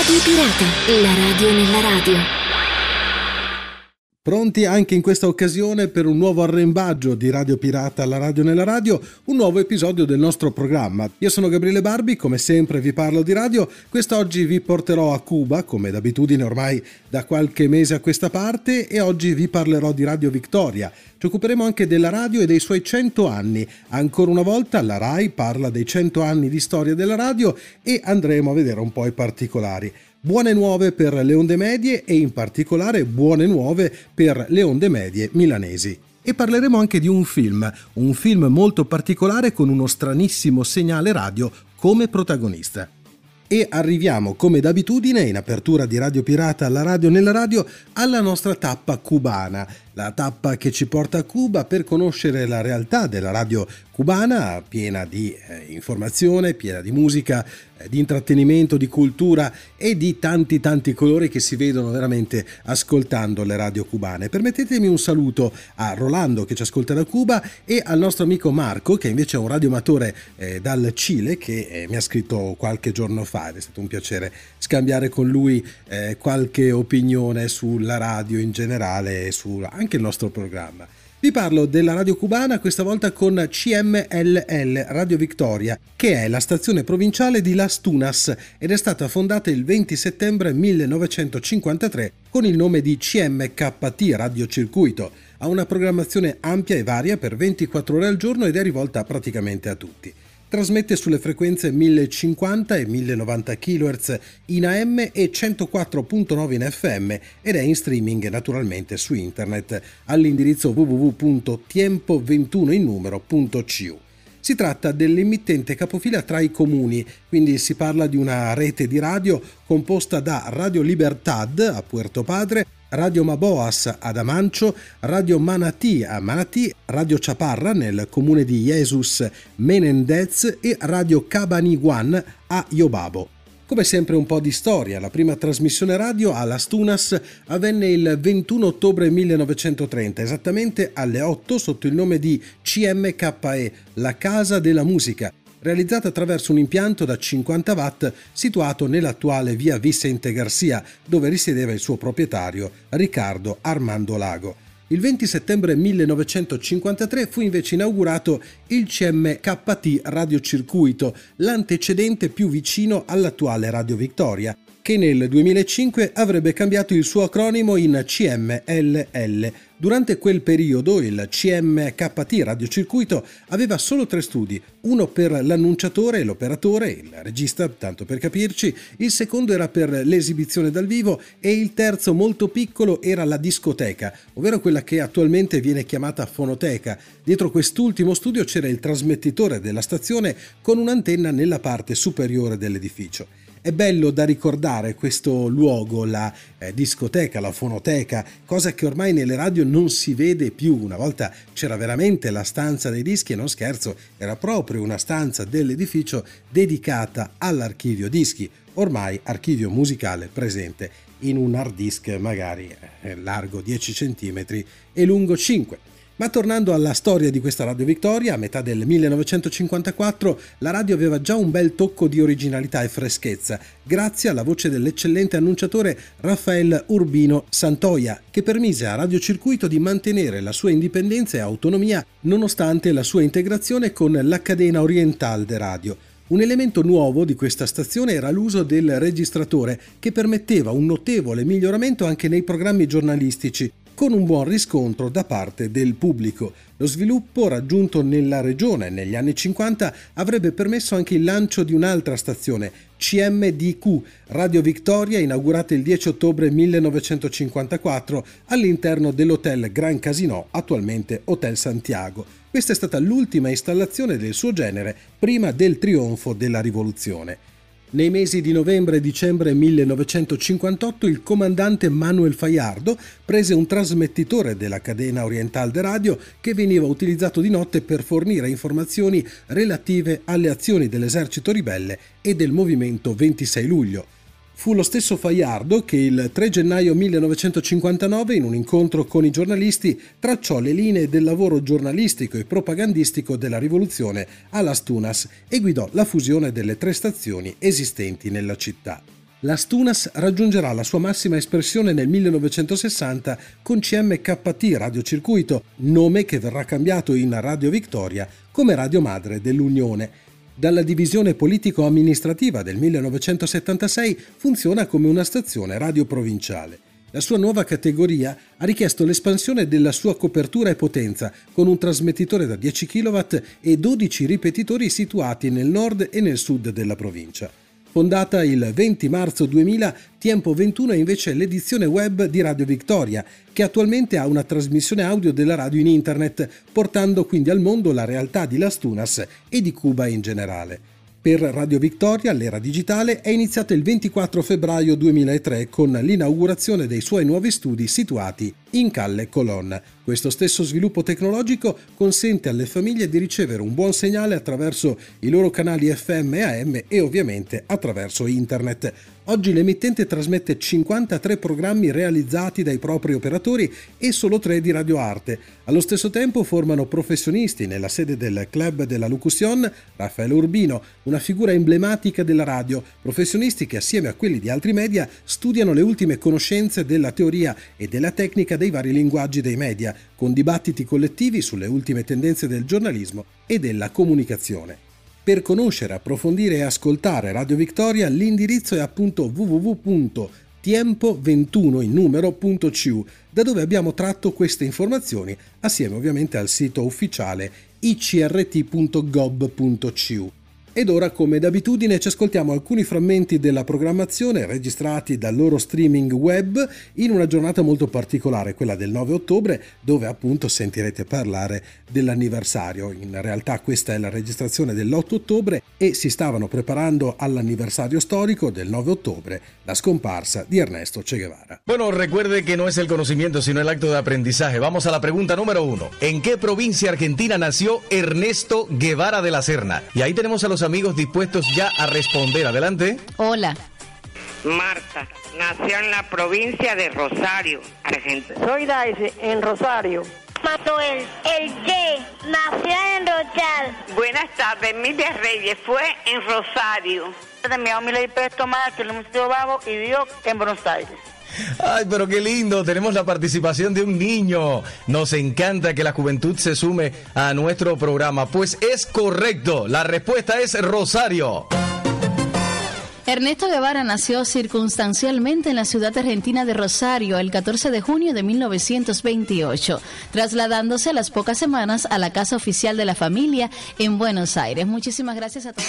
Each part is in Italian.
Radio Pirata, la radio nella radio. Pronti anche in questa occasione per un nuovo arrembaggio di Radio Pirata, la radio nella radio, un nuovo episodio del nostro programma. Io sono Gabriele Barbi, come sempre vi parlo di radio. Quest'oggi vi porterò a Cuba, come d'abitudine ormai da qualche mese a questa parte, e oggi vi parlerò di Radio Victoria. Ci occuperemo anche della radio e dei suoi 100 anni. Ancora una volta la RAI parla dei 100 anni di storia della radio e andremo a vedere un po' i particolari. Buone nuove per le onde medie e in particolare buone nuove per le onde medie milanesi. E parleremo anche di un film molto particolare con uno stranissimo segnale radio come protagonista. E arriviamo come d'abitudine in apertura di Radio Pirata, la radio nella radio, alla nostra tappa cubana. La tappa che ci porta a Cuba per conoscere la realtà della radio cubana, piena di informazione, piena di musica, di intrattenimento, di cultura e di tanti colori che si vedono veramente ascoltando le radio cubane. Permettetemi un saluto a Rolando che ci ascolta da Cuba e al nostro amico Marco, che invece è un radioamatore dal Cile, che mi ha scritto qualche giorno fa ed è stato un piacere scambiare con lui qualche opinione sulla radio in generale e su anche il nostro programma. Vi parlo della radio cubana, questa volta con CMLL Radio Victoria, che è la stazione provinciale di Las Tunas ed è stata fondata il 20 settembre 1953 con il nome di CMKT Radio Circuito. Ha una programmazione ampia e varia per 24 ore al giorno ed è rivolta praticamente a tutti. Trasmette sulle frequenze 1050 e 1090 kHz in AM e 104.9 in FM ed è in streaming naturalmente su internet all'indirizzo www.tiempo21innumero.cu. Si tratta dell'emittente capofila tra i comuni, quindi si parla di una rete di radio composta da Radio Libertad a Puerto Padre, Radio Maboas ad Amancio, Radio Manatí a Manatí, Radio Chaparra nel comune di Jesus Menendez e Radio Cabaniguan a Yobabo. Come sempre un po' di storia. La prima trasmissione radio a Las Tunas avvenne il 21 ottobre 1930, esattamente alle 8 sotto il nome di CMKE, la Casa della Musica, realizzata attraverso un impianto da 50 watt situato nell'attuale via Vicente Garcia, dove risiedeva il suo proprietario Ricardo Armando Lago. Il 20 settembre 1953 fu invece inaugurato il CMKT Radio Circuito, l'antecedente più vicino all'attuale Radio Victoria, che nel 2005 avrebbe cambiato il suo acronimo in CMLL. Durante quel periodo il CMKT Radio Circuito aveva solo 3 studi, uno per l'annunciatore e l'operatore, il regista, tanto per capirci, il secondo era per l'esibizione dal vivo e il terzo, molto piccolo, era la discoteca, ovvero quella che attualmente viene chiamata fonoteca. Dietro quest'ultimo studio c'era il trasmettitore della stazione con un'antenna nella parte superiore dell'edificio. È bello da ricordare questo luogo, la discoteca, la fonoteca, cosa che ormai nelle radio non si vede più. Una volta c'era veramente la stanza dei dischi e non scherzo, era proprio una stanza dell'edificio dedicata all'archivio dischi, ormai archivio musicale presente in un hard disk magari largo 10 cm e lungo 5. Ma tornando alla storia di questa Radio Victoria, a metà del 1954 la radio aveva già un bel tocco di originalità e freschezza, grazie alla voce dell'eccellente annunciatore Rafael Urbino Santoya, che permise a Radio Circuito di mantenere la sua indipendenza e autonomia nonostante la sua integrazione con la Cadena Oriental de Radio. Un elemento nuovo di questa stazione era l'uso del registratore, che permetteva un notevole miglioramento anche nei programmi giornalistici, con un buon riscontro da parte del pubblico. Lo sviluppo raggiunto nella regione negli anni 50 avrebbe permesso anche il lancio di un'altra stazione, CMDQ, Radio Victoria, inaugurata il 10 ottobre 1954 all'interno dell'Hotel Gran Casino, attualmente Hotel Santiago. Questa è stata l'ultima installazione del suo genere prima del trionfo della rivoluzione. Nei mesi di novembre e dicembre 1958 il comandante Manuel Fajardo prese un trasmettitore della Cadena Oriental de Radio che veniva utilizzato di notte per fornire informazioni relative alle azioni dell'esercito ribelle e del movimento 26 luglio. Fu lo stesso Fajardo che il 3 gennaio 1959, in un incontro con i giornalisti, tracciò le linee del lavoro giornalistico e propagandistico della rivoluzione a Las Tunas e guidò la fusione delle 3 stazioni esistenti nella città. La Stunas raggiungerà la sua massima espressione nel 1960 con CMKT Radiocircuito, nome che verrà cambiato in Radio Victoria come radio madre dell'Unione. Dalla divisione politico-amministrativa del 1976 funziona come una stazione radioprovinciale. La sua nuova categoria ha richiesto l'espansione della sua copertura e potenza, con un trasmettitore da 10 kW e 12 ripetitori situati nel nord e nel sud della provincia. Fondata il 20 marzo 2000, Tiempo 21 è invece l'edizione web di Radio Victoria, che attualmente ha una trasmissione audio della radio in internet, portando quindi al mondo la realtà di Las Tunas e di Cuba in generale. Per Radio Victoria, l'era digitale è iniziata il 24 febbraio 2003 con l'inaugurazione dei suoi nuovi studi situati in Calle Colonna. Questo stesso sviluppo tecnologico consente alle famiglie di ricevere un buon segnale attraverso i loro canali FM e AM e ovviamente attraverso internet. Oggi l'emittente trasmette 53 programmi realizzati dai propri operatori e solo 3 di radioarte. Allo stesso tempo formano professionisti nella sede del Club della Locución Raffaele Urbino, una figura emblematica della radio, professionisti che assieme a quelli di altri media studiano le ultime conoscenze della teoria e della tecnica dei vari linguaggi dei media, con dibattiti collettivi sulle ultime tendenze del giornalismo e della comunicazione. Per conoscere, approfondire e ascoltare Radio Victoria, l'indirizzo è appunto www.tiempo21 da dove abbiamo tratto queste informazioni, assieme ovviamente al sito ufficiale icrt.gov.cu. Ed ora, come d'abitudine, ci ascoltiamo alcuni frammenti della programmazione registrati dal loro streaming web in una giornata molto particolare, quella del 9 ottobre, dove appunto sentirete parlare dell'anniversario. In realtà questa è la registrazione dell'8 ottobre e si stavano preparando all'anniversario storico del 9 ottobre, la scomparsa di Ernesto Che Guevara. Bueno, recuerde que no es el conocimiento, sino el acto de aprendizaje. Vamos a la pregunta número 1. ¿En qué provincia argentina nació Ernesto Guevara de la Serna? Y ahí tenemos a los amigos dispuestos ya a responder. Adelante. Hola. Marta nació en la provincia de Rosario, Argentina. Soy Daisy, en Rosario. Manuel, el Che, nació en Rochal. Buenas tardes, Emilia Reyes fue en Rosario. De mi familia y Pesto Más, que el Museo Vago y Dios en Buenos Aires. Ay, pero qué lindo, tenemos la participación de un niño. Nos encanta que la juventud se sume a nuestro programa. Pues es correcto, la respuesta es Rosario. Ernesto Guevara nació circunstancialmente en la ciudad argentina de Rosario el 14 de junio de 1928, trasladándose a las pocas semanas a la casa oficial de la familia en Buenos Aires. Muchísimas gracias a todos.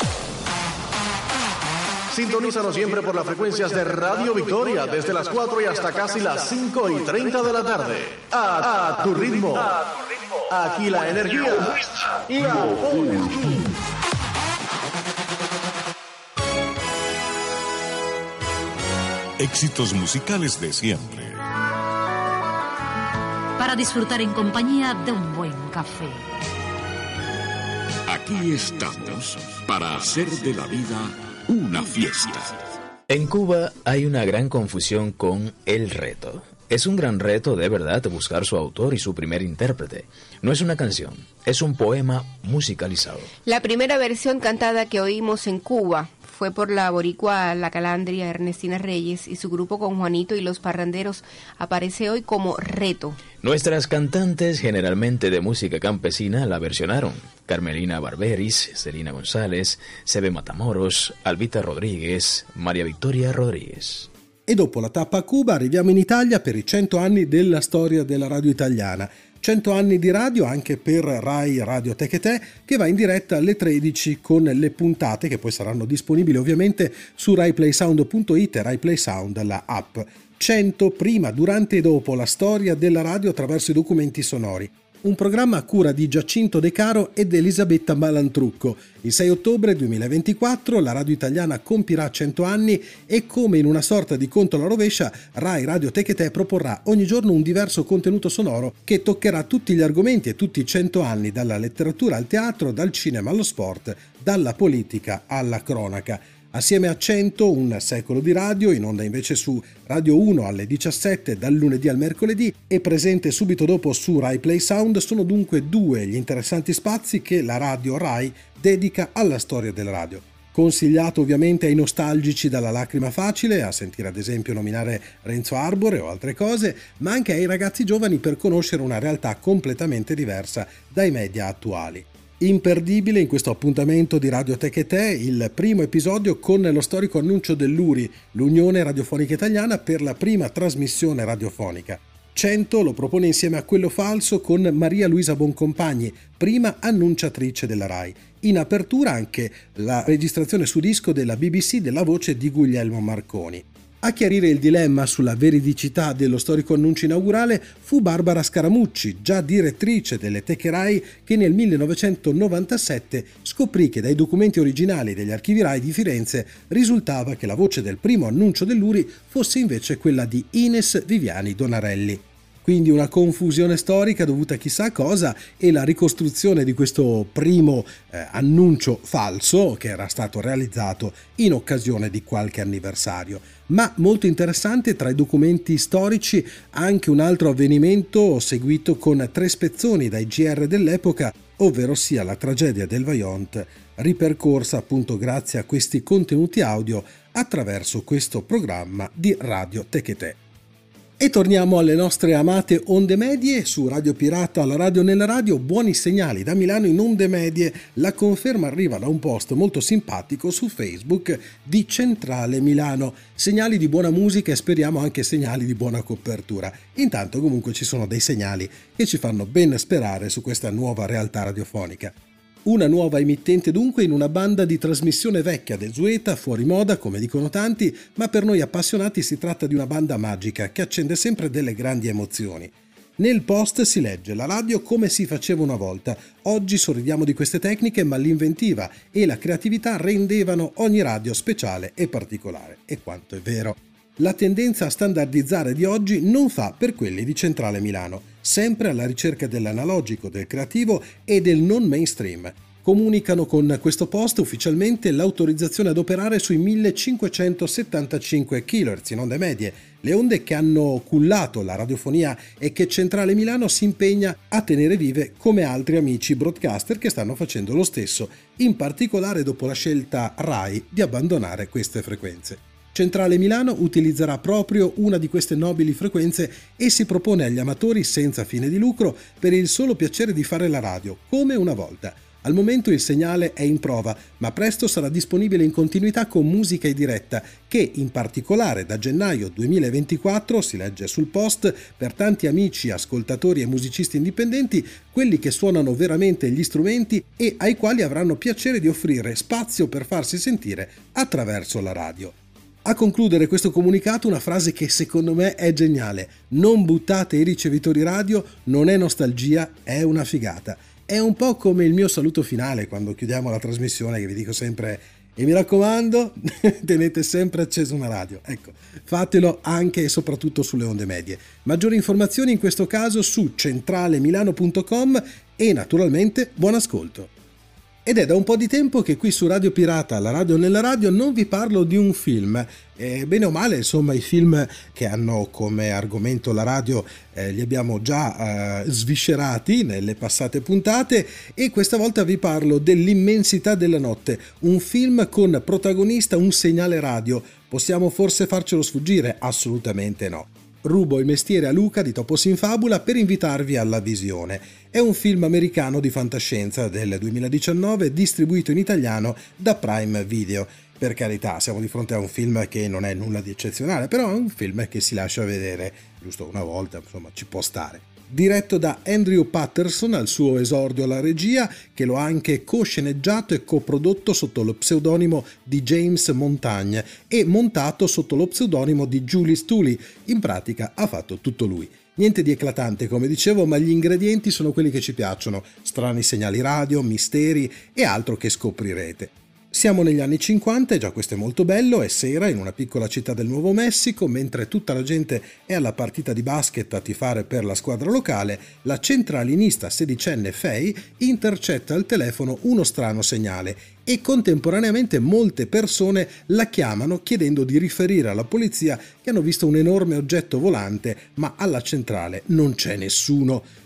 Sintonízanos siempre por las frecuencias de Radio Victoria desde las 4 y hasta casi las 5:30 de la tarde. A tu ritmo. Aquí la energía la pones tú. Éxitos musicales de siempre. Para disfrutar en compañía de un buen café. Aquí estamos para hacer de la vida una fiesta. En Cuba hay una gran confusión con el reto. Es un gran reto de verdad buscar su autor y su primer intérprete. No es una canción, es un poema musicalizado. La primera versión cantada que oímos en Cuba fue por la boricua La Calandria Ernestina Reyes y su grupo con Juanito y los Parranderos aparece hoy como Reto. Nuestras cantantes, generalmente de música campesina, la versionaron. Carmelina Barberis, Celina González, Sebe Matamoros, Albita Rodríguez, Maria Vittoria Rodríguez. E dopo la tappa a Cuba arriviamo in Italia per i 100 anni della storia della radio italiana. 100 anni di radio anche per Rai Radio Techetè, che va in diretta alle 13 con le puntate che poi saranno disponibili ovviamente su raiplaysound.it e RaiPlaySound, la app. 100 prima, durante e dopo la storia della radio attraverso i documenti sonori. Un programma a cura di Giacinto De Caro ed Elisabetta Malantrucco. Il 6 ottobre 2024 la radio italiana compirà 100 anni e, come in una sorta di conto alla rovescia, Rai Radio Techetè proporrà ogni giorno un diverso contenuto sonoro che toccherà tutti gli argomenti e tutti i 100 anni, dalla letteratura al teatro, dal cinema allo sport, dalla politica alla cronaca. Assieme a 100, un secolo di radio, in onda invece su Radio 1 alle 17 dal lunedì al mercoledì e presente subito dopo su Rai Play Sound, sono dunque due gli interessanti spazi che la radio Rai dedica alla storia della radio. Consigliato ovviamente ai nostalgici dalla lacrima facile, a sentire ad esempio nominare Renzo Arbore o altre cose, ma anche ai ragazzi giovani per conoscere una realtà completamente diversa dai media attuali. Imperdibile in questo appuntamento di Radio Tech e Te il primo episodio con lo storico annuncio dell'URI, l'Unione Radiofonica Italiana, per la prima trasmissione radiofonica. 100 lo propone insieme a Quello Falso con Maria Luisa Boncompagni, prima annunciatrice della RAI. In apertura anche la registrazione su disco della BBC della voce di Guglielmo Marconi. A chiarire il dilemma sulla veridicità dello storico annuncio inaugurale fu Barbara Scaramucci, già direttrice delle Teche RAI, che nel 1997 scoprì che dai documenti originali degli archivi RAI di Firenze risultava che la voce del primo annuncio dell'URI fosse invece quella di Ines Viviani Donarelli. Quindi una confusione storica dovuta a chissà cosa e la ricostruzione di questo primo annuncio falso che era stato realizzato in occasione di qualche anniversario. Ma molto interessante tra i documenti storici anche un altro avvenimento seguito con 3 spezzoni dai GR dell'epoca, ovvero sia la tragedia del Vajont, ripercorsa appunto grazie a questi contenuti audio attraverso questo programma di Radio Tech e Te. E torniamo alle nostre amate onde medie su Radio Pirata, alla radio nella radio. Buoni segnali da Milano in onde medie. La conferma arriva da un post molto simpatico su Facebook di Centrale Milano. Segnali di buona musica e speriamo anche segnali di buona copertura. Intanto comunque ci sono dei segnali che ci fanno ben sperare su questa nuova realtà radiofonica. Una nuova emittente dunque in una banda di trasmissione vecchia, desueta, fuori moda, come dicono tanti, ma per noi appassionati si tratta di una banda magica che accende sempre delle grandi emozioni. Nel post si legge: la radio come si faceva una volta. Oggi sorridiamo di queste tecniche, ma l'inventiva e la creatività rendevano ogni radio speciale e particolare. E quanto è vero. La tendenza a standardizzare di oggi non fa per quelli di Centrale Milano, sempre alla ricerca dell'analogico, del creativo e del non mainstream. Comunicano con questo post ufficialmente l'autorizzazione ad operare sui 1575 kHz in onde medie, le onde che hanno cullato la radiofonia e che Centrale Milano si impegna a tenere vive come altri amici broadcaster che stanno facendo lo stesso, in particolare dopo la scelta RAI di abbandonare queste frequenze. Centrale Milano utilizzerà proprio una di queste nobili frequenze e si propone agli amatori senza fine di lucro per il solo piacere di fare la radio, come una volta. Al momento il segnale è in prova, ma presto sarà disponibile in continuità con musica in diretta, che in particolare da gennaio 2024, si legge sul post, per tanti amici, ascoltatori e musicisti indipendenti, quelli che suonano veramente gli strumenti e ai quali avranno piacere di offrire spazio per farsi sentire attraverso la radio. A concludere questo comunicato una frase che secondo me è geniale: non buttate i ricevitori radio, non è nostalgia, è una figata. È un po' come il mio saluto finale quando chiudiamo la trasmissione, che vi dico sempre: e mi raccomando, tenete sempre accesa una radio. Ecco, fatelo anche e soprattutto sulle onde medie. Maggiori informazioni in questo caso su centralemilano.com e naturalmente buon ascolto. Ed è da un po' di tempo che qui su Radio Pirata, la radio nella radio, non vi parlo di un film. Bene o male, insomma, i film che hanno come argomento la radio li abbiamo già sviscerati nelle passate puntate e questa volta vi parlo dell'Immensità della notte, un film con protagonista un segnale radio. Possiamo forse farcelo sfuggire? Assolutamente no. Rubo il mestiere a Luca di Topos in Fabula per invitarvi alla visione. È un film americano di fantascienza del 2019 distribuito in italiano da Prime Video. Per carità, siamo di fronte a un film che non è nulla di eccezionale, però è un film che si lascia vedere giusto una volta, insomma ci può stare. Diretto da Andrew Patterson al suo esordio alla regia, che lo ha anche co-sceneggiato e coprodotto sotto lo pseudonimo di James Montagne e montato sotto lo pseudonimo di Julie Stooley. In pratica ha fatto tutto lui. Niente di eclatante, come dicevo, ma gli ingredienti sono quelli che ci piacciono: strani segnali radio, misteri e altro che scoprirete. Siamo negli anni 50 e già questo è molto bello, è sera in una piccola città del Nuovo Messico, mentre tutta la gente è alla partita di basket a tifare per la squadra locale, la centralinista sedicenne Faye intercetta al telefono uno strano segnale e contemporaneamente molte persone la chiamano chiedendo di riferire alla polizia che hanno visto un enorme oggetto volante, ma alla centrale non c'è nessuno.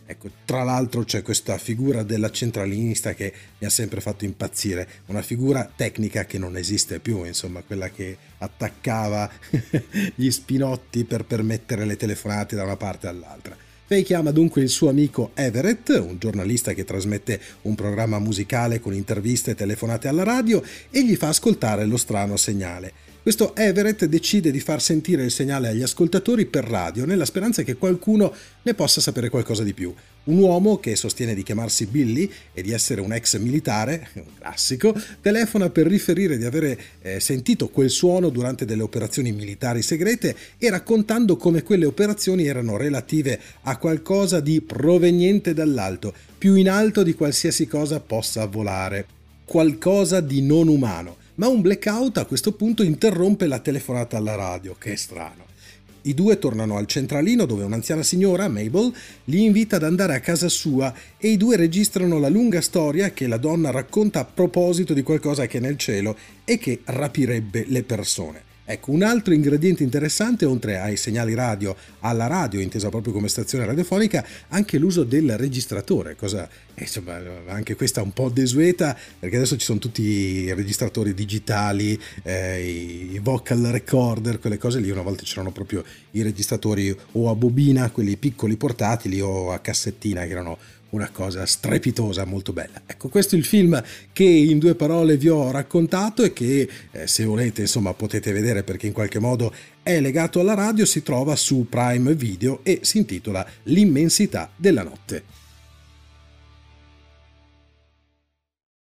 Ecco, tra l'altro c'è questa figura della centralinista che mi ha sempre fatto impazzire, una figura tecnica che non esiste più, insomma, quella che attaccava gli spinotti per permettere le telefonate da una parte all'altra. Lei chiama dunque il suo amico Everett, un giornalista che trasmette un programma musicale con interviste e telefonate alla radio, e gli fa ascoltare lo strano segnale. Questo Everett decide di far sentire il segnale agli ascoltatori per radio nella speranza che qualcuno ne possa sapere qualcosa di più. Un uomo che sostiene di chiamarsi Billy e di essere un ex militare, un classico, telefona per riferire di avere sentito quel suono durante delle operazioni militari segrete e raccontando come quelle operazioni erano relative a qualcosa di proveniente dall'alto, più in alto di qualsiasi cosa possa volare, qualcosa di non umano. Ma un blackout a questo punto interrompe la telefonata alla radio, che è strano. I due tornano al centralino dove un'anziana signora, Mabel, li invita ad andare a casa sua e i due registrano la lunga storia che la donna racconta a proposito di qualcosa che è nel cielo e che rapirebbe le persone. Ecco, un altro ingrediente interessante, oltre ai segnali radio, alla radio, intesa proprio come stazione radiofonica, anche l'uso del registratore, cosa, insomma, anche questa un po' desueta, perché adesso ci sono tutti i registratori digitali, i vocal recorder, quelle cose lì. Una volta c'erano proprio i registratori o a bobina, quelli piccoli portatili, o a cassettina, che erano una cosa strepitosa, molto bella. Ecco, questo è il film che in 2 parole vi ho raccontato e che se volete, insomma, potete vedere perché in qualche modo è legato alla radio. Si trova su Prime Video e si intitola L'immensità della notte.